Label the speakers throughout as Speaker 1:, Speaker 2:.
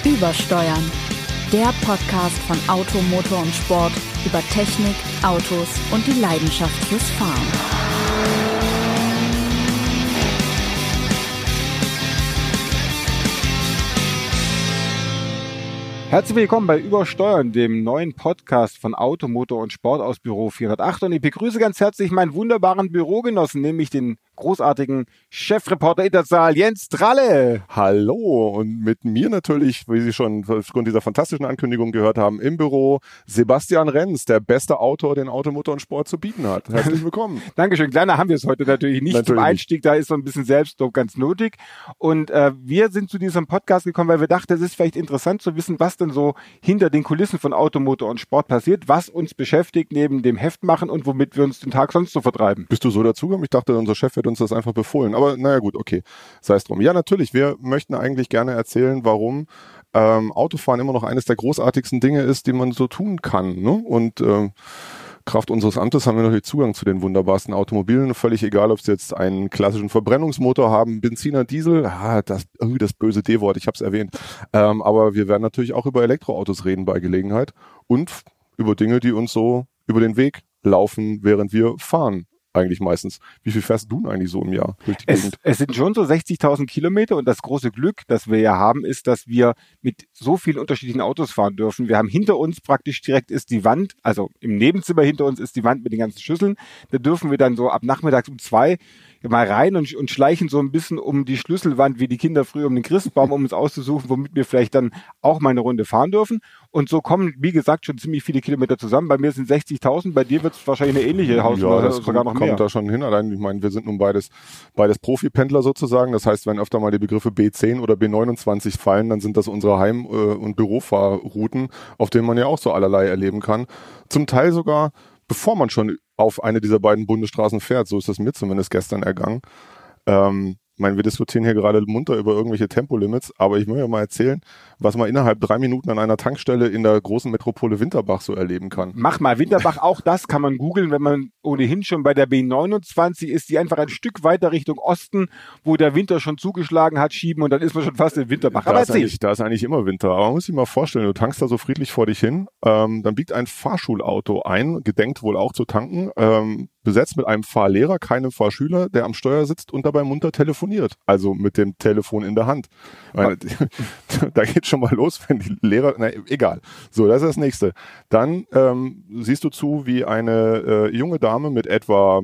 Speaker 1: Übersteuern. Der Podcast von Auto, Motor und Sport über Technik, Autos und die Leidenschaft fürs Fahren.
Speaker 2: Herzlich willkommen bei Übersteuern, dem neuen Podcast von Auto, Motor und Sport aus Büro 408. Und ich begrüße ganz herzlich meinen wunderbaren Bürogenossen, nämlich den großartigen Chefreporter international Jens Tralle.
Speaker 3: Hallo, und mit mir natürlich, wie Sie schon aufgrund dieser fantastischen Ankündigung gehört haben, im Büro Sebastian Renz, der beste Autor, den Auto, Motor und Sport zu bieten hat. Herzlich willkommen.
Speaker 2: Dankeschön. Kleiner haben wir es heute natürlich nicht zum Einstieg, da ist so ein bisschen Selbstlob ganz nötig. Und wir sind zu diesem Podcast gekommen, weil wir dachten, es ist vielleicht interessant zu wissen, was denn so hinter den Kulissen von Auto, Motor und Sport passiert, was uns beschäftigt neben dem Heft machen und womit wir uns den Tag sonst so vertreiben.
Speaker 3: Bist du so dazugekommen? Ich dachte, unser Chef hätte uns das einfach befohlen. Aber naja gut, okay, sei es drum. Ja, natürlich, wir möchten eigentlich gerne erzählen, warum Autofahren immer noch eines der großartigsten Dinge ist, die man so tun kann. Ne? Und Kraft unseres Amtes haben wir natürlich Zugang zu den wunderbarsten Automobilen. Völlig egal, ob sie jetzt einen klassischen Verbrennungsmotor haben, Benziner, Diesel, das böse D-Wort, ich habe es erwähnt. Aber wir werden natürlich auch über Elektroautos reden bei Gelegenheit und über Dinge, die uns so über den Weg laufen, während wir fahren. Eigentlich meistens. Wie viel fährst du denn eigentlich so im Jahr durch die Gegend?
Speaker 2: Es sind schon so 60.000 Kilometer und das große Glück, das wir ja haben, ist, dass wir mit so vielen unterschiedlichen Autos fahren dürfen. Wir haben hinter uns praktisch direkt ist die Wand, also im Nebenzimmer hinter uns ist die Wand mit den ganzen Schüsseln. Da dürfen wir dann so ab nachmittags um 2 mal rein und schleichen so ein bisschen um die Schlüsselwand wie die Kinder früher um den Christbaum, um uns auszusuchen, womit wir vielleicht dann auch mal eine Runde fahren dürfen. Und so kommen, wie gesagt, schon ziemlich viele Kilometer zusammen. Bei mir sind 60.000, bei dir wird es wahrscheinlich eine ähnliche Hausnummer,
Speaker 3: das
Speaker 2: sogar noch mehr.
Speaker 3: Kommt da schon hin. Allein, ich meine, wir sind nun beides Profi-Pendler sozusagen. Das heißt, wenn öfter mal die Begriffe B10 oder B29 fallen, dann sind das unsere Heim- und Bürofahrrouten, auf denen man ja auch so allerlei erleben kann. Zum Teil sogar, bevor man schon auf eine dieser beiden Bundesstraßen fährt. So ist das mir zumindest gestern ergangen. Ich meine, wir diskutieren hier gerade munter über irgendwelche Tempolimits, aber ich möchte ja mal erzählen, was man innerhalb 3 Minuten an einer Tankstelle in der großen Metropole Winterbach so erleben kann.
Speaker 2: Mach mal, Winterbach, auch das kann man googeln, wenn man ohnehin schon bei der B29 ist, die einfach ein Stück weiter Richtung Osten, wo der Winter schon zugeschlagen hat, schieben und dann ist man schon fast in Winterbach.
Speaker 3: Da ist eigentlich immer Winter, aber man muss sich mal vorstellen, du tankst da so friedlich vor dich hin, dann biegt ein Fahrschulauto ein, gedenkt wohl auch zu tanken, besetzt mit einem Fahrlehrer, keinem Fahrschüler, der am Steuer sitzt und dabei munter telefoniert. Also mit dem Telefon in der Hand. Da geht schon mal los, wenn die Lehrer, egal. So, das ist das Nächste. Dann siehst du zu, wie eine junge Dame mit etwa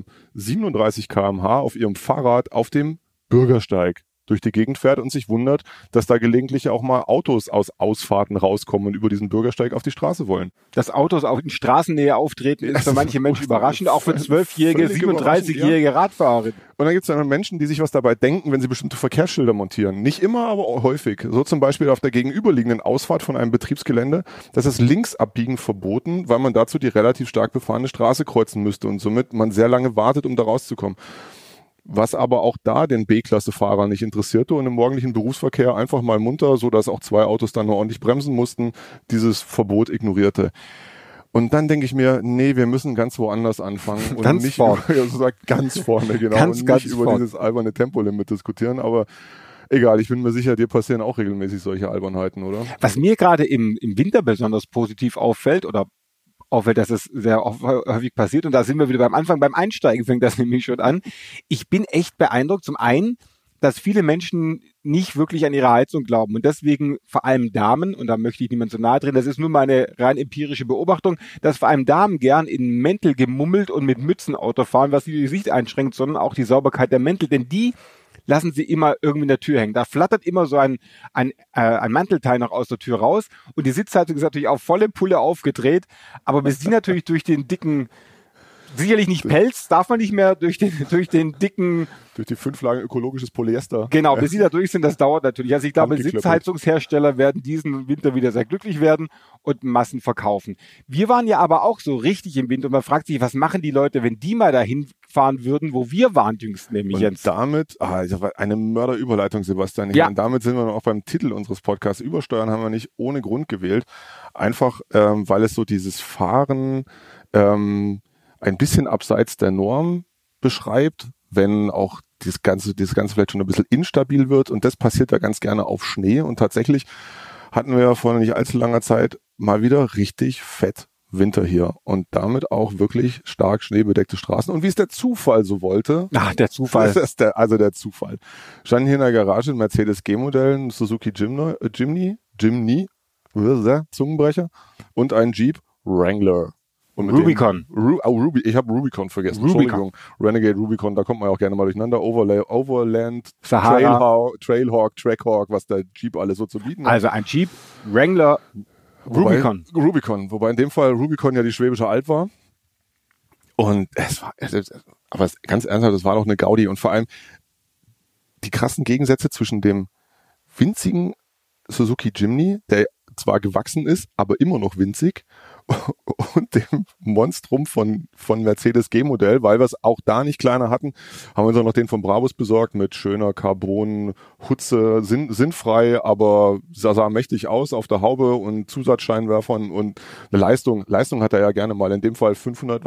Speaker 3: 37 km/h auf ihrem Fahrrad auf dem Bürgersteig durch die Gegend fährt und sich wundert, dass da gelegentlich auch mal Autos aus Ausfahrten rauskommen und über diesen Bürgersteig auf die Straße wollen.
Speaker 2: Dass Autos auch in Straßennähe auftreten, ist für manche Menschen überraschend, auch für 12-jährige, 37-jährige Radfahrer.
Speaker 3: Und dann gibt es dann Menschen, die sich was dabei denken, wenn sie bestimmte Verkehrsschilder montieren. Nicht immer, aber auch häufig. So zum Beispiel auf der gegenüberliegenden Ausfahrt von einem Betriebsgelände, das ist Linksabbiegen verboten, weil man dazu die relativ stark befahrene Straße kreuzen müsste und somit man sehr lange wartet, um da rauszukommen. Was aber auch da den B-Klasse-Fahrer nicht interessierte und im morgendlichen Berufsverkehr einfach mal munter, so dass auch 2 Autos dann nur ordentlich bremsen mussten, dieses Verbot ignorierte. Und dann denke ich mir, nee, wir müssen ganz woanders anfangen und
Speaker 2: ganz
Speaker 3: nicht
Speaker 2: vorne.
Speaker 3: Ganz vorne, genau,
Speaker 2: ganz
Speaker 3: über
Speaker 2: vorne.
Speaker 3: Dieses alberne Tempolimit diskutieren, aber egal, ich bin mir sicher, dir passieren auch regelmäßig solche Albernheiten, oder?
Speaker 2: Was mir gerade im Winter besonders positiv auffällt, dass es sehr häufig passiert. Und da sind wir wieder beim Anfang, beim Einsteigen fängt das nämlich schon an. Ich bin echt beeindruckt. Zum einen, dass viele Menschen nicht wirklich an ihre Heizung glauben. Und deswegen vor allem Damen, und da möchte ich niemand so nahe drehen, das ist nur meine rein empirische Beobachtung, dass vor allem Damen gern in Mäntel gemummelt und mit Mützen Auto fahren, was nicht die Sicht einschränkt, sondern auch die Sauberkeit der Mäntel. Denn die lassen sie immer irgendwie in der Tür hängen. Da flattert immer so ein Mantelteil noch aus der Tür raus und die Sitzheizung ist natürlich auf volle Pulle aufgedreht, aber bis die natürlich durch den dicken, sicherlich nicht Pelz, darf man nicht mehr durch den dicken...
Speaker 3: Durch die 5 Lagen ökologisches Polyester.
Speaker 2: Genau, bis sie da durch sind, das dauert natürlich. Also ich glaube, Sitzheizungshersteller werden diesen Winter wieder sehr glücklich werden und Massen verkaufen. Wir waren ja aber auch so richtig im Winter und man fragt sich, was machen die Leute, wenn die mal dahin fahren würden, wo wir waren jüngst, nämlich Jens.
Speaker 3: Damit, das war eine Mörderüberleitung, Sebastian.
Speaker 2: Ja.
Speaker 3: Und damit sind wir auch beim Titel unseres Podcasts. Übersteuern haben wir nicht ohne Grund gewählt. Einfach, weil es so dieses Fahren ein bisschen abseits der Norm beschreibt, wenn auch dieses Ganze vielleicht schon ein bisschen instabil wird und das passiert da ganz gerne auf Schnee und tatsächlich hatten wir ja vor nicht allzu langer Zeit mal wieder richtig fett Winter hier und damit auch wirklich stark schneebedeckte Straßen. Und wie es der Zufall so wollte.
Speaker 2: Ach, der Zufall.
Speaker 3: Das ist der Zufall. Standen hier in der Garage ein Mercedes G-Modell, ein Suzuki Jimny, Zungenbrecher und ein Jeep Wrangler. Und
Speaker 2: Rubicon.
Speaker 3: Ich habe Rubicon vergessen.
Speaker 2: Rubicon.
Speaker 3: Entschuldigung. Renegade Rubicon, da kommt man ja auch gerne mal durcheinander. Overland,
Speaker 2: Sahara.
Speaker 3: Trailhawk, Trackhawk, was der Jeep alles so zu bieten hat.
Speaker 2: Also ein Jeep Wrangler Rubicon.
Speaker 3: Wobei in dem Fall Rubicon ja die Schwäbische Alb war. Und aber ganz ernsthaft, das war doch eine Gaudi. Und vor allem die krassen Gegensätze zwischen dem winzigen Suzuki Jimny, der zwar gewachsen ist, aber immer noch winzig, und dem Monstrum von Mercedes G-Modell, weil wir es auch da nicht kleiner hatten, haben wir uns auch noch den von Brabus besorgt mit schöner Carbon-Hutze, sinnfrei, aber sah mächtig aus auf der Haube und Zusatzscheinwerfern und eine Leistung hat er ja gerne mal, in dem Fall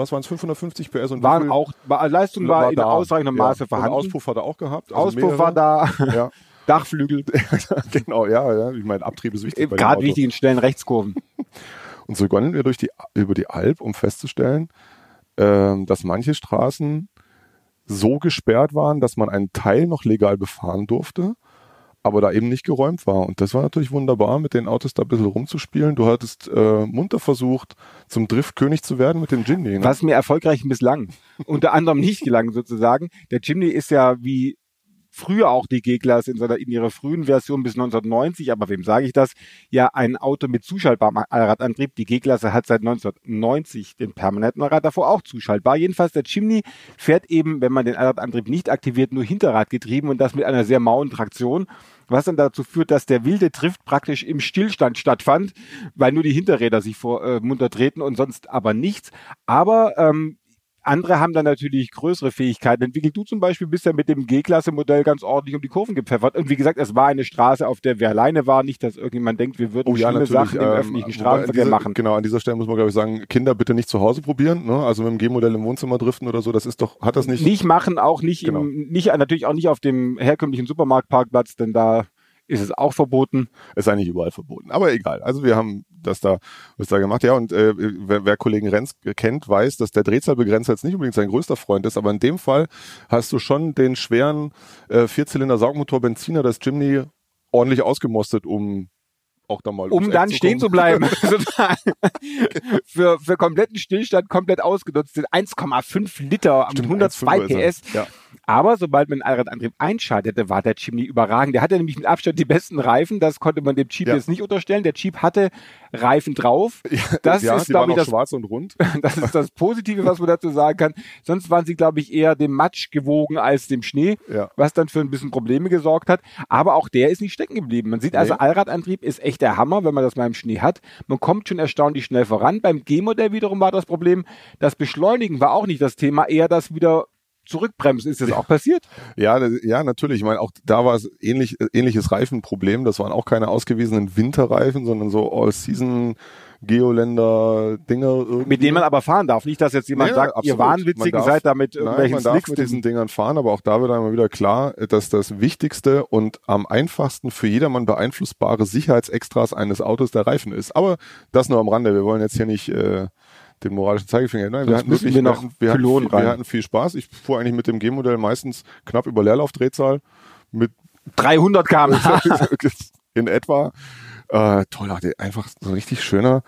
Speaker 3: 550 PS und
Speaker 2: Leistung war in ausreichendem Maße vorhanden.
Speaker 3: Und Auspuff hat er auch gehabt.
Speaker 2: Auspuff war da.
Speaker 3: Ja.
Speaker 2: Dachflügel.
Speaker 3: Genau, ja. Ich meine, Abtrieb ist wichtig.
Speaker 2: Gerade wichtig in schnellen Rechtskurven.
Speaker 3: Und so gonnen wir über die Alp, um festzustellen, dass manche Straßen so gesperrt waren, dass man einen Teil noch legal befahren durfte, aber da eben nicht geräumt war. Und das war natürlich wunderbar, mit den Autos da ein bisschen rumzuspielen. Du hattest munter versucht, zum Driftkönig zu werden mit dem Jimny. Ne?
Speaker 2: Was mir erfolgreich misslang. Unter anderem nicht gelang sozusagen. Der Jimny ist ja wie früher auch die G-Klasse in ihrer frühen Version bis 1990, aber wem sage ich das? Ja, ein Auto mit zuschaltbarem Allradantrieb. Die G-Klasse hat seit 1990 den permanenten Allrad, davor auch zuschaltbar. Jedenfalls der Jimny fährt eben, wenn man den Allradantrieb nicht aktiviert, nur Hinterradgetrieben und das mit einer sehr mauen Traktion, was dann dazu führt, dass der wilde Drift praktisch im Stillstand stattfand, weil nur die Hinterräder sich munter treten und sonst aber nichts. Aber andere haben dann natürlich größere Fähigkeiten entwickelt. Du zum Beispiel bist ja mit dem G-Klasse-Modell ganz ordentlich um die Kurven gepfeffert. Und wie gesagt, es war eine Straße, auf der wir alleine waren. Nicht, dass irgendjemand denkt, wir würden schlimme Sachen im öffentlichen Straßenverkehr machen.
Speaker 3: Genau, an dieser Stelle muss man, glaube ich, sagen, Kinder bitte nicht zu Hause probieren. Ne? Also mit dem G-Modell im Wohnzimmer driften oder so, das ist doch, hat das nicht...
Speaker 2: Nicht machen, auch nicht, genau. Natürlich auch nicht auf dem herkömmlichen Supermarktparkplatz, denn da ist es auch verboten.
Speaker 3: Ist eigentlich überall verboten. Aber egal. Also wir haben was da gemacht. Ja, und wer Kollegen Renz kennt, weiß, dass der Drehzahlbegrenzer jetzt nicht unbedingt sein größter Freund ist. Aber in dem Fall hast du schon den schweren Vierzylinder-Saugmotor-Benziner, das Jimny, ordentlich ausgemostet, um auch da mal
Speaker 2: dann stehen zu bleiben. für kompletten Stillstand komplett ausgenutzt sind 1,5 Liter mit 102 PS.
Speaker 3: Ja.
Speaker 2: Aber sobald man den Allradantrieb einschaltete, war der Jimny überragend. Der hatte nämlich mit Abstand die besten Reifen. Das konnte man dem Jeep jetzt nicht unterstellen. Der Jeep hatte Reifen drauf. Das ist, glaube ich,
Speaker 3: schwarz und rund.
Speaker 2: Das ist das Positive, was man dazu sagen kann. Sonst waren sie, glaube ich, eher dem Matsch gewogen als dem Schnee, was dann für ein bisschen Probleme gesorgt hat. Aber auch der ist nicht stecken geblieben. Man sieht also, Allradantrieb ist echt der Hammer, wenn man das mal im Schnee hat. Man kommt schon erstaunlich schnell voran. Beim G-Modell wiederum war das Problem, das Beschleunigen war auch nicht das Thema, eher das wieder zurückbremsen. Ist das auch passiert?
Speaker 3: Ja, natürlich. Ich meine, auch da war es ähnliches Reifenproblem. Das waren auch keine ausgewiesenen Winterreifen, sondern so All-Season Geoländer-Dinger irgendwie.
Speaker 2: Mit denen man aber fahren darf. Nicht, dass jetzt jemand sagt, absolut. Ihr Wahnwitzigen seid damit irgendwelchen
Speaker 3: Slicks. Man darf mit diesen Dingern fahren, aber auch da wird einmal wieder klar, dass das wichtigste und am einfachsten für jedermann beeinflussbare Sicherheitsextras eines Autos der Reifen ist. Aber das nur am Rande. Wir wollen jetzt hier nicht den moralischen Zeigefinger. Nein, wir hatten viel Spaß. Ich fuhr eigentlich mit dem G-Modell meistens knapp über Leerlaufdrehzahl mit
Speaker 2: 300 km/h
Speaker 3: in etwa. Toll, einfach so richtig schöner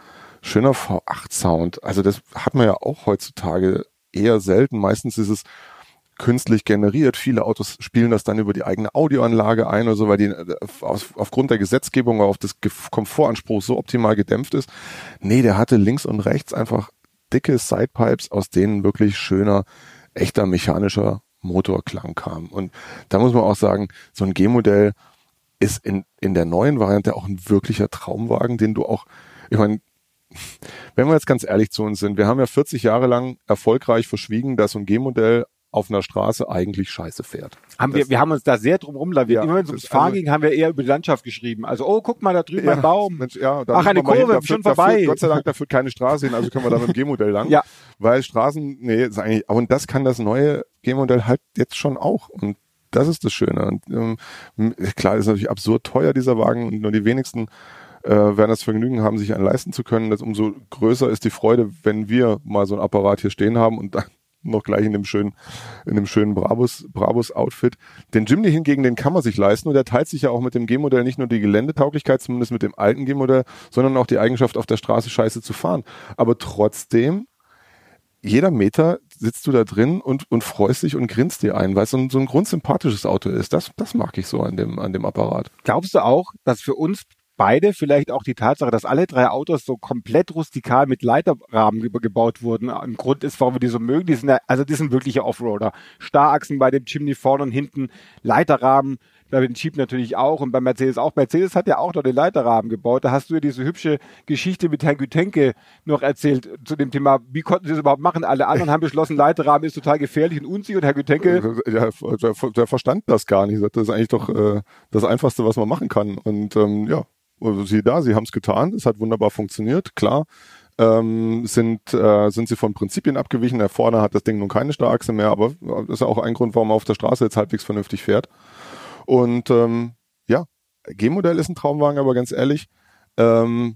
Speaker 3: V8-Sound. Also das hat man ja auch heutzutage eher selten. Meistens ist es künstlich generiert. Viele Autos spielen das dann über die eigene Audioanlage ein oder so, weil die aufgrund der Gesetzgebung auf das Komfortanspruch so optimal gedämpft ist. Nee, der hatte links und rechts einfach dicke Sidepipes, aus denen wirklich schöner, echter mechanischer Motorklang kam. Und da muss man auch sagen, so ein G-Modell ist in der neuen Variante auch ein wirklicher Traumwagen, den du auch, ich meine, wenn wir jetzt ganz ehrlich zu uns sind, wir haben ja 40 Jahre lang erfolgreich verschwiegen, dass so ein G-Modell auf einer Straße eigentlich scheiße fährt.
Speaker 2: Wir haben uns da sehr drum rumlaviert. Immer wenn es ums Fahren ging, haben wir eher über die Landschaft geschrieben. Also, oh, guck mal, da drüben ein Baum.
Speaker 3: Mensch,
Speaker 2: ach, eine Kurve, schon vorbei.
Speaker 3: Gott sei Dank, da führt keine Straße hin, also können wir da mit dem G-Modell lang.
Speaker 2: Ja.
Speaker 3: Weil Straßen, ist eigentlich, und das kann das neue G-Modell halt jetzt schon auch. Und das ist das Schöne. Und klar, ist natürlich absurd teuer, dieser Wagen, und nur die wenigsten werden das Vergnügen haben, sich einen leisten zu können. Das umso größer ist die Freude, wenn wir mal so ein Apparat hier stehen haben und dann noch gleich in dem schönen Brabus-Outfit. Den Jimny hingegen, den kann man sich leisten und der teilt sich ja auch mit dem G-Modell nicht nur die Geländetauglichkeit, zumindest mit dem alten G-Modell, sondern auch die Eigenschaft, auf der Straße scheiße zu fahren. Aber trotzdem, jeder Meter sitzt du da drin und freust dich und grinst dir ein, weil es so ein grundsympathisches Auto ist. Das mag ich so an dem Apparat.
Speaker 2: Glaubst du auch, dass für uns beide vielleicht auch die Tatsache, dass alle 3 Autos so komplett rustikal mit Leiterrahmen gebaut wurden, ein Grund ist, warum wir die so mögen? Die sind wirkliche Offroader. Starrachsen bei dem Chimney vorne und hinten, Leiterrahmen, bei dem Jeep natürlich auch und bei Mercedes auch. Mercedes hat ja auch noch den Leiterrahmen gebaut. Da hast du ja diese hübsche Geschichte mit Herrn Gütenke noch erzählt zu dem Thema, wie konnten sie das überhaupt machen? Alle anderen haben beschlossen, Leiterrahmen ist total gefährlich und unsicher und Herr Gütenke...
Speaker 3: Ja, der verstand das gar nicht. Das ist eigentlich doch das Einfachste, was man machen kann. Und also sie haben es getan. Es hat wunderbar funktioniert. Klar, sind sie von Prinzipien abgewichen. Der vorne hat das Ding nun keine Starrachse mehr, aber das ist ja auch ein Grund, warum er auf der Straße jetzt halbwegs vernünftig fährt. Und G-Modell ist ein Traumwagen, aber ganz ehrlich, die haben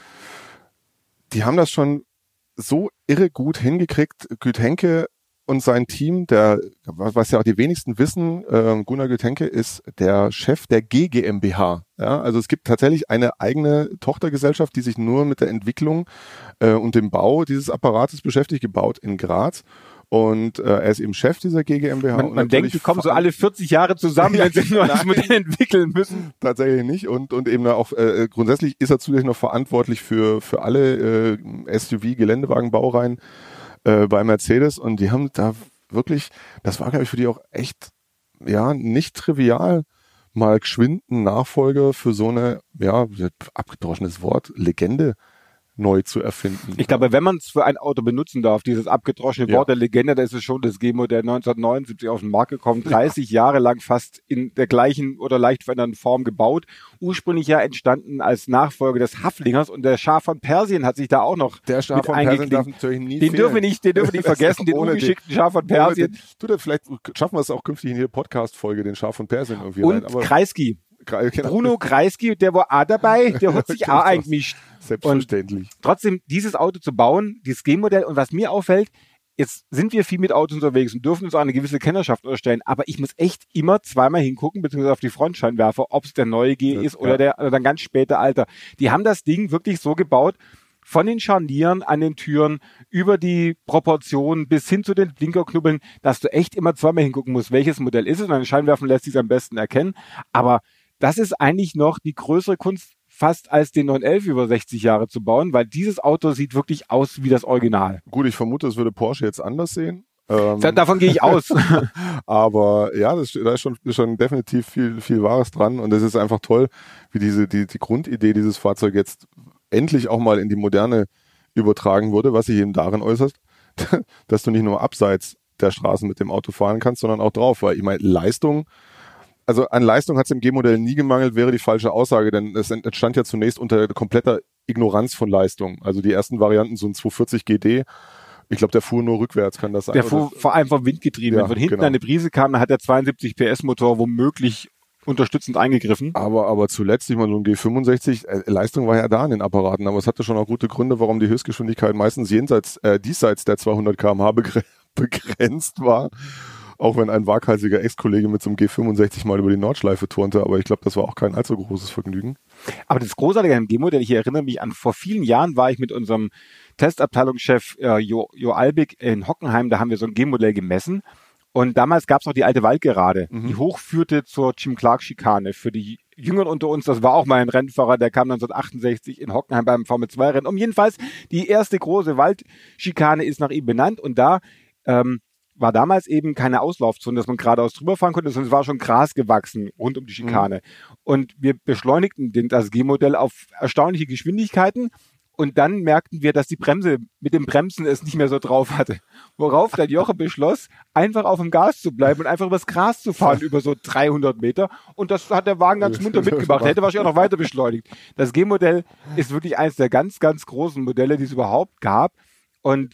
Speaker 3: das schon so irre gut hingekriegt. Güthenke und sein Team, was ja auch die wenigsten wissen, Gunnar Güthenke ist der Chef der G GmbH. Ja, also es gibt tatsächlich eine eigene Tochtergesellschaft, die sich nur mit der Entwicklung und dem Bau dieses Apparates beschäftigt, gebaut in Graz. Und er ist eben Chef dieser G GmbH.
Speaker 2: Man denkt, die kommen so alle 40 Jahre zusammen, wenn sie nur das Modell entwickeln müssen.
Speaker 3: Tatsächlich nicht. Und eben auch grundsätzlich ist er zusätzlich noch verantwortlich für alle SUV-Geländewagenbaureihen bei Mercedes. Und die haben da wirklich, das war, glaube ich, für die auch echt nicht trivial, mal geschwind einen Nachfolger für so eine, abgedroschenes Wort, Legende neu zu erfinden.
Speaker 2: Ich glaube, wenn man es für ein Auto benutzen darf, dieses abgedroschene Wort der Legende, da ist es schon das G-Modell 1979 auf den Markt gekommen, 30 Jahre lang fast in der gleichen oder leicht veränderten Form gebaut. Ursprünglich ja entstanden als Nachfolger des Haflingers und der Schah von Persien hat sich da auch noch
Speaker 3: der Schah von Persien darf natürlich nie
Speaker 2: den dürfen wir nicht vergessen, den ungeschickten Schah von Persien.
Speaker 3: Vielleicht schaffen wir es auch künftig in jeder Podcast-Folge, den Schah von Persien irgendwie
Speaker 2: und rein. Und Kreisky. Bruno Kreisky, der war auch dabei, der hat sich auch eingemischt.
Speaker 3: Selbstverständlich.
Speaker 2: Und trotzdem, dieses Auto zu bauen, dieses G-Modell, und was mir auffällt, jetzt sind wir viel mit Autos unterwegs und dürfen uns auch eine gewisse Kennerschaft erstellen, aber ich muss echt immer zweimal hingucken, beziehungsweise auf die Frontscheinwerfer, ob es der neue G ist oder der ganz späte Alter. Die haben das Ding wirklich so gebaut, von den Scharnieren an den Türen, über die Proportionen bis hin zu den Blinkerknubbeln, dass du echt immer zweimal hingucken musst, welches Modell ist es, und an den Scheinwerfern lässt sich es am besten erkennen, aber das ist eigentlich noch die größere Kunst, fast als den 911 über 60 Jahre zu bauen, weil dieses Auto sieht wirklich aus wie das Original.
Speaker 3: Gut, ich vermute, das würde Porsche jetzt anders sehen.
Speaker 2: Davon gehe ich aus.
Speaker 3: Aber ja, da ist schon definitiv viel Wahres dran und es ist einfach toll, wie die Grundidee dieses Fahrzeugs jetzt endlich auch mal in die Moderne übertragen wurde, was sich eben darin äußert, dass du nicht nur abseits der Straßen mit dem Auto fahren kannst, sondern auch drauf, weil ich meine, also an Leistung hat es im G-Modell nie gemangelt, wäre die falsche Aussage, denn es entstand ja zunächst unter kompletter Ignoranz von Leistung. Also die ersten Varianten, so ein 240 GD, ich glaube, der fuhr nur rückwärts, kann das sein?
Speaker 2: Der fuhr vor allem vom Wind getrieben. Wenn von hinten eine Brise kam, dann hat der 72 PS Motor womöglich unterstützend eingegriffen.
Speaker 3: Aber zuletzt, ich meine, so ein G65, Leistung war ja da in den Apparaten, aber es hatte schon auch gute Gründe, warum die Höchstgeschwindigkeit meistens diesseits der 200 km/h begrenzt war. Auch wenn ein waghalsiger Ex-Kollege mit so einem G65 mal über die Nordschleife turnte, aber ich glaube, das war auch kein allzu großes Vergnügen.
Speaker 2: Aber das Großartige an dem G-Modell, ich erinnere mich an, vor vielen Jahren war ich mit unserem Testabteilungschef Jo Albig in Hockenheim, da haben wir so ein G-Modell gemessen und damals gab es noch die alte Waldgerade, die hochführte zur Jim-Clark-Schikane. Für die Jüngeren unter uns, das war auch mal ein Rennfahrer, der kam 1968 in Hockenheim beim Formel-2-Rennen. Jedenfalls, die erste große Waldschikane ist nach ihm benannt und da war damals eben keine Auslaufzone, dass man geradeaus drüber fahren konnte, sondern es war schon Gras gewachsen rund um die Schikane. Und wir beschleunigten das G-Modell auf erstaunliche Geschwindigkeiten und dann merkten wir, dass die Bremse mit dem Bremsen es nicht mehr so drauf hatte. Worauf dann Joche beschloss, einfach auf dem Gas zu bleiben und einfach übers Gras zu fahren über so 300 Meter. Und das hat der Wagen ganz munter mitgemacht. Er hätte wahrscheinlich auch noch weiter beschleunigt. Das G-Modell ist wirklich eines der ganz, ganz großen Modelle, die es überhaupt gab. Und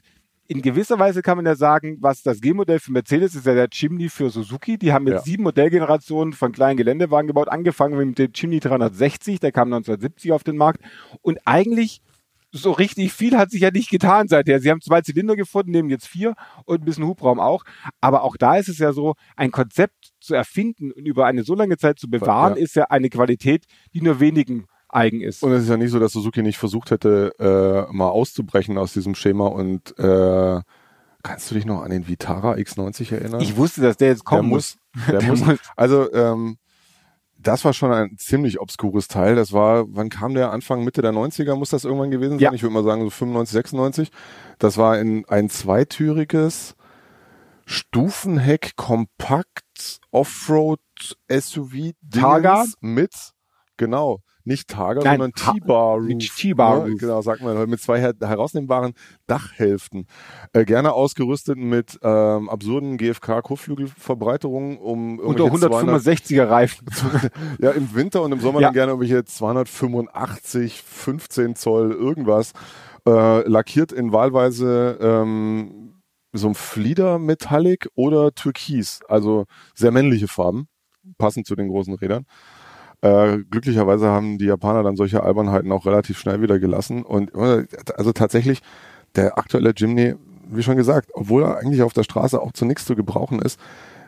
Speaker 2: in gewisser Weise kann man ja sagen, was das G-Modell für Mercedes ist ja der Jimny für Suzuki. Die haben jetzt 7 Modellgenerationen von kleinen Geländewagen gebaut, angefangen mit dem Jimny 360, der kam 1970 auf den Markt. Und eigentlich so richtig viel hat sich ja nicht getan seither. Sie haben 2 Zylinder gefunden, nehmen jetzt 4 und ein bisschen Hubraum auch. Aber auch da ist es ja so, ein Konzept zu erfinden und über eine so lange Zeit zu bewahren, ist ja eine Qualität, die nur wenigen eigen ist.
Speaker 3: Und es ist ja nicht so, dass Suzuki nicht versucht hätte, mal auszubrechen aus diesem Schema und kannst du dich noch an den Vitara X90 erinnern?
Speaker 2: Ich wusste, dass der jetzt kommen muss.
Speaker 3: Der muss. Also das war schon ein ziemlich obskures Teil. Das war, wann kam der? Anfang, Mitte der 90er muss das irgendwann gewesen sein. Ja. Ich würde mal sagen so 95, 96. Das war ein zweitüriges Stufenheck Kompakt Offroad SUV
Speaker 2: Targa
Speaker 3: mit, genau, nicht Targa, sondern T-Bar-Roof.
Speaker 2: T-Bar-Roof.
Speaker 3: Ne? Genau, sagt man, mit 2 herausnehmbaren Dachhälften. Gerne ausgerüstet mit absurden GFK-Kotflügelverbreiterungen
Speaker 2: unter 165er Reifen.
Speaker 3: Ja, im Winter und im Sommer dann gerne irgendwelche 285, 15 Zoll irgendwas. Lackiert in wahlweise so ein Flieder-Metallic oder Türkis. Also sehr männliche Farben, passend zu den großen Rädern. Glücklicherweise haben die Japaner dann solche Albernheiten auch relativ schnell wieder gelassen. Und also tatsächlich, der aktuelle Jimny, wie schon gesagt, obwohl er eigentlich auf der Straße auch zu nichts zu gebrauchen ist,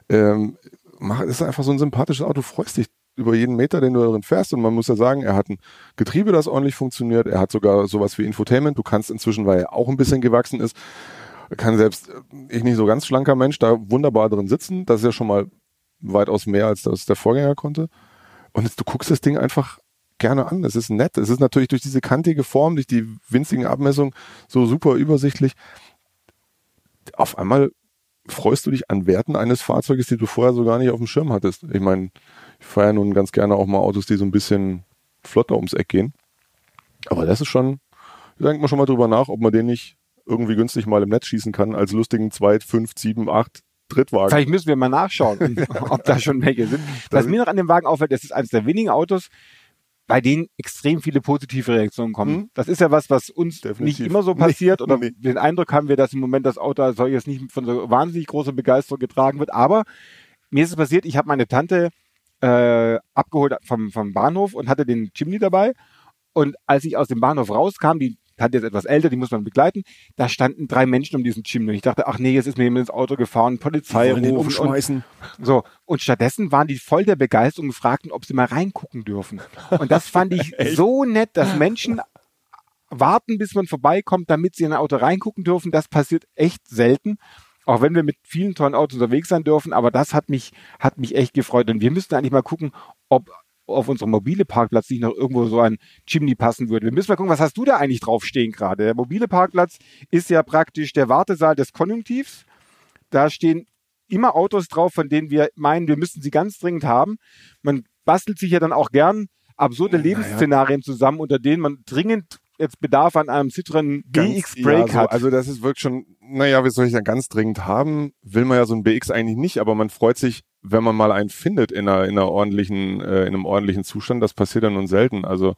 Speaker 3: ist einfach so ein sympathisches Auto. Du freust dich über jeden Meter, den du darin fährst. Und man muss ja sagen, er hat ein Getriebe, das ordentlich funktioniert. Er hat sogar sowas wie Infotainment. Du kannst inzwischen, weil er auch ein bisschen gewachsen ist, kann selbst ich nicht so ganz schlanker Mensch da wunderbar drin sitzen. Das ist ja schon mal weitaus mehr, als das der Vorgänger konnte. Und jetzt, du guckst das Ding einfach gerne an. Es ist nett. Es ist natürlich durch diese kantige Form, durch die winzigen Abmessungen so super übersichtlich. Auf einmal freust du dich an Werten eines Fahrzeuges, die du vorher so gar nicht auf dem Schirm hattest. Ich meine, ich fahre ja nun ganz gerne auch mal Autos, die so ein bisschen flotter ums Eck gehen. Aber das ist schon, da denkt man schon mal drüber nach, ob man den nicht irgendwie günstig mal im Netz schießen kann, als lustigen 2, 5, 7, 8 Drittwagen.
Speaker 2: Vielleicht müssen wir mal nachschauen, ob da schon welche sind. Was mir noch an dem Wagen auffällt, das ist eines der wenigen Autos, bei denen extrem viele positive Reaktionen kommen. Das ist ja was uns nicht immer so passiert. Oder den Eindruck haben wir, dass im Moment das Auto als solches nicht von so wahnsinnig großer Begeisterung getragen wird. Aber mir ist es passiert, ich habe meine Tante abgeholt vom Bahnhof und hatte den Jimny dabei. Und als ich aus dem Bahnhof rauskam, die Tante ist etwas älter, die muss man begleiten, da standen 3 Menschen um diesen Jimny. Und ich dachte, ach nee, jetzt ist mir jemand ins Auto gefahren, Polizei rufen.
Speaker 3: Umschmeißen.
Speaker 2: Und stattdessen waren die voll der Begeisterung und fragten, ob sie mal reingucken dürfen. Und das fand ich so nett, dass Menschen warten, bis man vorbeikommt, damit sie in ein Auto reingucken dürfen. Das passiert echt selten. Auch wenn wir mit vielen tollen Autos unterwegs sein dürfen, aber das hat mich echt gefreut. Und wir müssten eigentlich mal gucken, ob auf unserem mobile Parkplatz nicht noch irgendwo so ein Jimny passen würde. Wir müssen mal gucken, was hast du da eigentlich draufstehen gerade? Der mobile Parkplatz ist ja praktisch der Wartesaal des Konjunktivs. Da stehen immer Autos drauf, von denen wir meinen, wir müssten sie ganz dringend haben. Man bastelt sich ja dann auch gern absurde Lebensszenarien zusammen, unter denen man dringend jetzt Bedarf an einem Citroën BX Break hat.
Speaker 3: Also das ist wirklich schon, wie soll ich sagen, ganz dringend haben, will man ja so ein BX eigentlich nicht, aber man freut sich, wenn man mal einen findet in einem ordentlichen Zustand. Das passiert ja nun selten. Also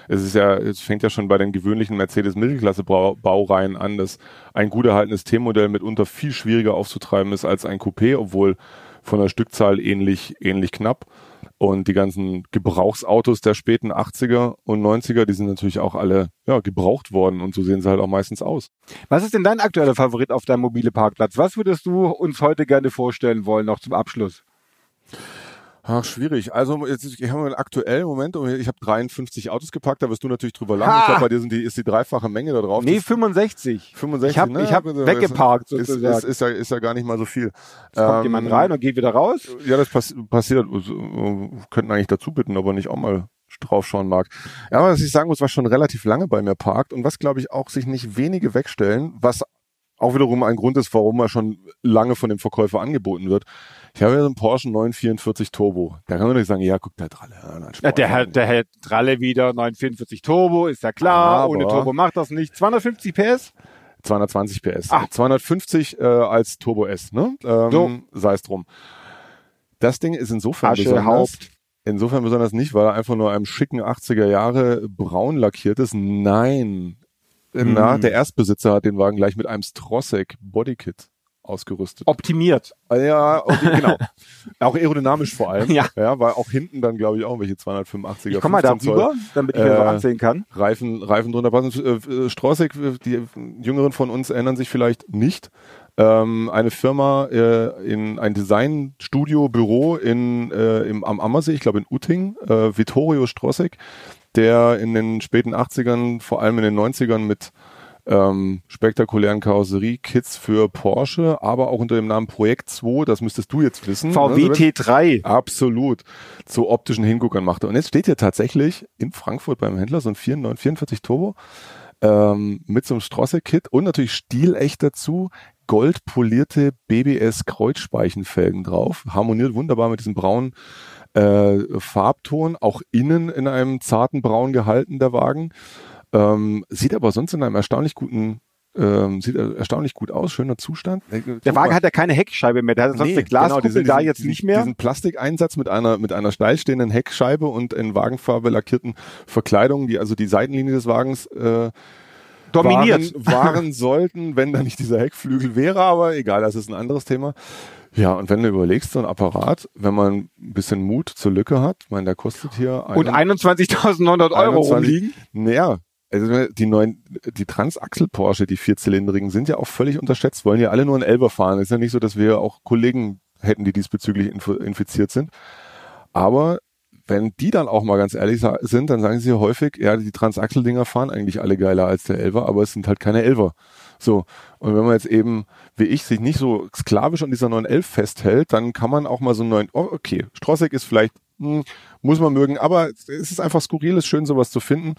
Speaker 3: es fängt ja schon bei den gewöhnlichen Mercedes-Mittelklasse-Baureihen an, dass ein gut erhaltenes T-Modell mitunter viel schwieriger aufzutreiben ist als ein Coupé, obwohl von der Stückzahl ähnlich knapp. Und die ganzen Gebrauchsautos der späten 80er und 90er, die sind natürlich auch alle gebraucht worden und so sehen sie halt auch meistens aus.
Speaker 2: Was ist denn dein aktueller Favorit auf deinem mobile Parkplatz? Was würdest du uns heute gerne vorstellen wollen, noch zum Abschluss?
Speaker 3: Ach, schwierig. Also jetzt ich habe einen aktuellen Moment, ich habe 53 Autos gepackt, da wirst du natürlich drüber lachen. Ich glaube, bei dir ist die dreifache Menge da drauf.
Speaker 2: Nee, 65.
Speaker 3: 65,
Speaker 2: ich hab weggeparkt sozusagen.
Speaker 3: Ist ja gar nicht mal so viel.
Speaker 2: Es kommt jemand rein und geht wieder raus.
Speaker 3: Ja, das passiert. Könnten eigentlich dazu bitten, ob er nicht auch mal draufschauen mag. Ja, aber was ich sagen muss, was schon relativ lange bei mir parkt und was, glaube ich, auch sich nicht wenige wegstellen, was auch wiederum ein Grund ist, warum er schon lange von dem Verkäufer angeboten wird. Ich habe ja so einen Porsche 944 Turbo. Da kann man nicht sagen, ja, guck, der Dralle.
Speaker 2: Der Herr Dralle wieder, 944 Turbo, ist ja klar. Aber ohne Turbo macht das nicht. 250 PS?
Speaker 3: 220 PS. 250 als Turbo S, ne? Sei es drum. Das Ding ist insofern besonders nicht, weil er einfach nur einem schicken 80er Jahre braun lackiert ist. Nein. Der Erstbesitzer hat den Wagen gleich mit einem Strosek Bodykit ausgerüstet.
Speaker 2: Optimiert.
Speaker 3: Ja, genau. Auch aerodynamisch vor allem.
Speaker 2: Ja,
Speaker 3: weil auch hinten dann, glaube ich, auch welche 285er.
Speaker 2: Ich komme mal da rüber, damit ich mir das ansehen kann.
Speaker 3: Reifen drunter passen. Strosek, die Jüngeren von uns erinnern sich vielleicht nicht. Eine Firma in ein Designstudio, Büro am Ammersee, ich glaube in Utting, Vittorio Strosek, der in den späten 80ern, vor allem in den 90ern mit spektakulären Karosserie-Kits für Porsche, aber auch unter dem Namen Projekt 2, das müsstest du jetzt wissen.
Speaker 2: VW T3.
Speaker 3: Absolut. Zu optischen Hinguckern machte. Und jetzt steht hier tatsächlich in Frankfurt beim Händler so ein 44 Turbo mit so einem Strosek-Kit und natürlich stilecht dazu goldpolierte BBS-Kreuzspeichenfelgen drauf. Harmoniert wunderbar mit diesem braunen Farbton, auch innen in einem zarten Braun gehalten, der Wagen. Sieht aber sonst in einem erstaunlich gut aus, schöner Zustand.
Speaker 2: Der Wagen hat ja keine Heckscheibe mehr, der hat sonst eine Glaskuppel da jetzt nicht mehr.
Speaker 3: Diesen Plastikeinsatz mit einer steil stehenden Heckscheibe und in Wagenfarbe lackierten Verkleidungen, die also die Seitenlinie des Wagens
Speaker 2: dominiert
Speaker 3: waren sollten, wenn da nicht dieser Heckflügel wäre, aber egal, das ist ein anderes Thema. Ja, und wenn du überlegst, so ein Apparat, wenn man ein bisschen Mut zur Lücke hat, ich meine, der kostet hier...
Speaker 2: Und 21.900 Euro rumliegen?
Speaker 3: Naja, also die Transaxel-Porsche, die vierzylindrigen, sind ja auch völlig unterschätzt, wollen ja alle nur einen Elfer fahren. Ist ja nicht so, dass wir auch Kollegen hätten, die diesbezüglich infiziert sind. Aber wenn die dann auch mal ganz ehrlich sind, dann sagen sie häufig, ja, die Transaxel-Dinger fahren eigentlich alle geiler als der Elfer, aber es sind halt keine Elfer. So, und wenn man jetzt eben, wie ich, sich nicht so sklavisch an dieser 911 festhält, dann kann man auch mal so einen okay, Strosek ist vielleicht, muss man mögen, aber es ist einfach skurril, ist schön, sowas zu finden.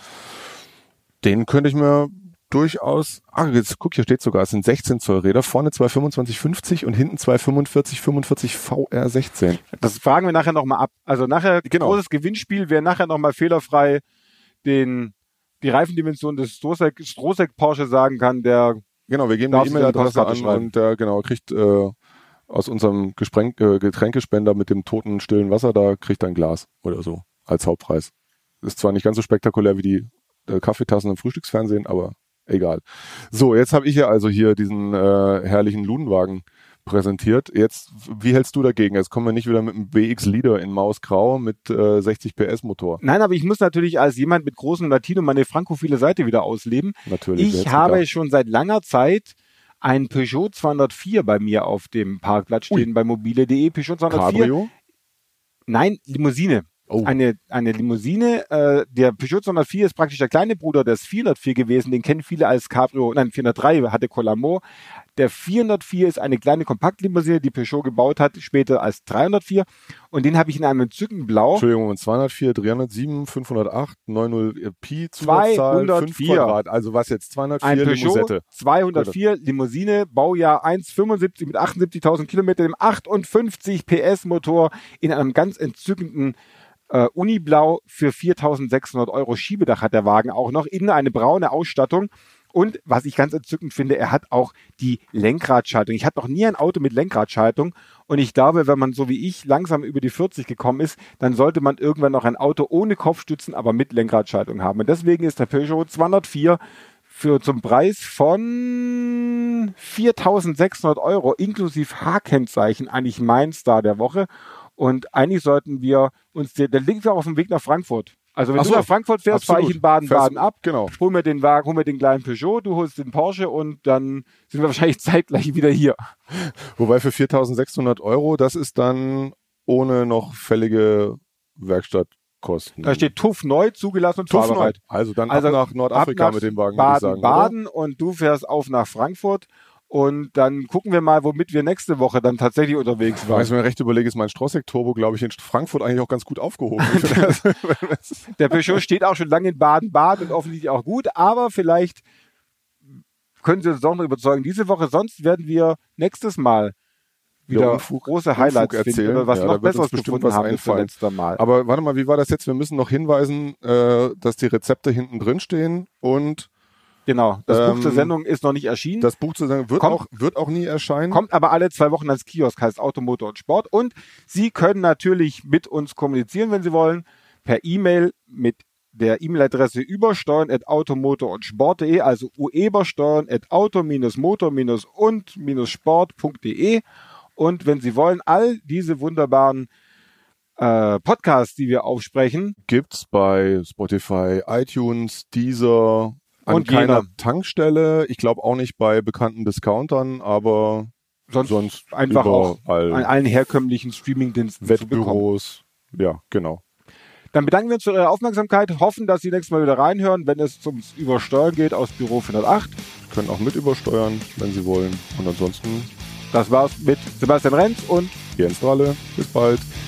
Speaker 3: Den könnte ich mir durchaus, jetzt guck, hier steht sogar, es sind 16 Zoll Räder, vorne 225/50 und hinten 245/45 VR16.
Speaker 2: Das fragen wir nachher nochmal ab. Also nachher, großes Gewinnspiel, wer nachher nochmal fehlerfrei die Reifendimension des Strosek Porsche sagen kann, der...
Speaker 3: Genau, wir geben die E-Mail-Adresse an und der kriegt aus unserem Getränkespender mit dem toten, stillen Wasser, da kriegt er ein Glas oder so als Hauptpreis. Ist zwar nicht ganz so spektakulär wie die Kaffeetassen im Frühstücksfernsehen, aber egal. So, jetzt habe ich ja also hier diesen herrlichen Ludenwagen präsentiert. Jetzt, wie hältst du dagegen? Jetzt kommen wir nicht wieder mit einem BX Leader in Mausgrau mit 60 PS Motor.
Speaker 2: Nein, aber ich muss natürlich als jemand mit großem Latino meine frankophile Seite wieder ausleben.
Speaker 3: Natürlich.
Speaker 2: Ich habe schon seit langer Zeit ein Peugeot 204 bei mir auf dem Parkplatz stehen bei mobile.de. Peugeot 204.
Speaker 3: Cabrio?
Speaker 2: Nein, Limousine.
Speaker 3: Oh.
Speaker 2: Eine Limousine. Der Peugeot 204 ist praktisch der kleine Bruder des 404 gewesen. Den kennen viele als Cabrio. Nein, 403 hatte Colamo. Der 404 ist eine kleine Kompaktlimousine, die Peugeot gebaut hat, später als 304. Und den habe ich in einem entzückenden Blau.
Speaker 3: Entschuldigung, 204, 307, 508, 90 Pi, Zusatzzahl, 5 Quadrat. Also was jetzt? 204
Speaker 2: ein Peugeot
Speaker 3: Limousette.
Speaker 2: 204 Limousine, Baujahr 1,75 mit 78.000 Kilometern, dem 58 PS Motor in einem ganz entzückenden Uniblau für 4.600 Euro. Schiebedach hat der Wagen auch noch, innen eine braune Ausstattung. Und was ich ganz entzückend finde, er hat auch die Lenkradschaltung. Ich hatte noch nie ein Auto mit Lenkradschaltung. Und ich glaube, wenn man so wie ich langsam über die 40 gekommen ist, dann sollte man irgendwann noch ein Auto ohne Kopfstützen, aber mit Lenkradschaltung haben. Und deswegen ist der Peugeot 204 zum Preis von 4.600 Euro inklusive H-Kennzeichen eigentlich mein Star der Woche. Und eigentlich sollten wir uns, der liegt ja auf dem Weg nach Frankfurt. Also wenn du nach Frankfurt fährst, fahre ich in Baden-Baden ab,
Speaker 3: genau.
Speaker 2: hol mir den Wagen, hol mir den kleinen Peugeot, du holst den Porsche und dann sind wir wahrscheinlich zeitgleich wieder hier.
Speaker 3: Wobei für 4.600 Euro, das ist dann ohne noch fällige Werkstattkosten.
Speaker 2: Da steht TÜV neu, zugelassen und fahrbereit.
Speaker 3: Also dann ab nach Nordafrika mit dem Wagen, würde ich sagen.
Speaker 2: Baden und du fährst auf nach Frankfurt. Und dann gucken wir mal, womit wir nächste Woche dann tatsächlich unterwegs waren.
Speaker 3: Wenn ich mir recht überlege, ist mein Strosek Turbo, glaube ich, in Frankfurt eigentlich auch ganz gut aufgehoben.
Speaker 2: Der Peugeot steht auch schon lange in Baden-Baden und offensichtlich auch gut, aber vielleicht können Sie uns doch noch überzeugen diese Woche. Sonst werden wir nächstes Mal wieder große Highlights
Speaker 3: erzählen,
Speaker 2: oder was noch Besseres gefunden haben als letztes Mal.
Speaker 3: Aber warte mal, wie war das jetzt? Wir müssen noch hinweisen, dass die Rezepte hinten drin stehen und
Speaker 2: genau, das Buch zur Sendung ist noch nicht erschienen.
Speaker 3: Das Buch zur Sendung wird auch nie erscheinen.
Speaker 2: Kommt aber alle 2 Wochen als Kiosk, heißt Auto, Motor und Sport. Und Sie können natürlich mit uns kommunizieren, wenn Sie wollen, per E-Mail mit der E-Mail-Adresse übersteuern@automotorundsport.de, also uebersteuern@auto-motor-und-sport.de. Und wenn Sie wollen, all diese wunderbaren Podcasts, die wir aufsprechen,
Speaker 3: gibt's bei Spotify, iTunes, Deezer, an
Speaker 2: und
Speaker 3: keiner
Speaker 2: jeder
Speaker 3: Tankstelle. Ich glaube auch nicht bei bekannten Discountern, aber sonst
Speaker 2: einfach auch
Speaker 3: überall.
Speaker 2: an allen herkömmlichen Streamingdiensten zu bekommen.
Speaker 3: Wettbüros. Ja, genau.
Speaker 2: Dann bedanken wir uns für Ihre Aufmerksamkeit, hoffen, dass Sie nächstes Mal wieder reinhören, wenn es ums Übersteuern geht aus Büro 408.
Speaker 3: Können auch mit übersteuern, wenn Sie wollen. Und ansonsten
Speaker 2: Das war's mit Sebastian Renz und
Speaker 3: Jens Dralle. Bis bald.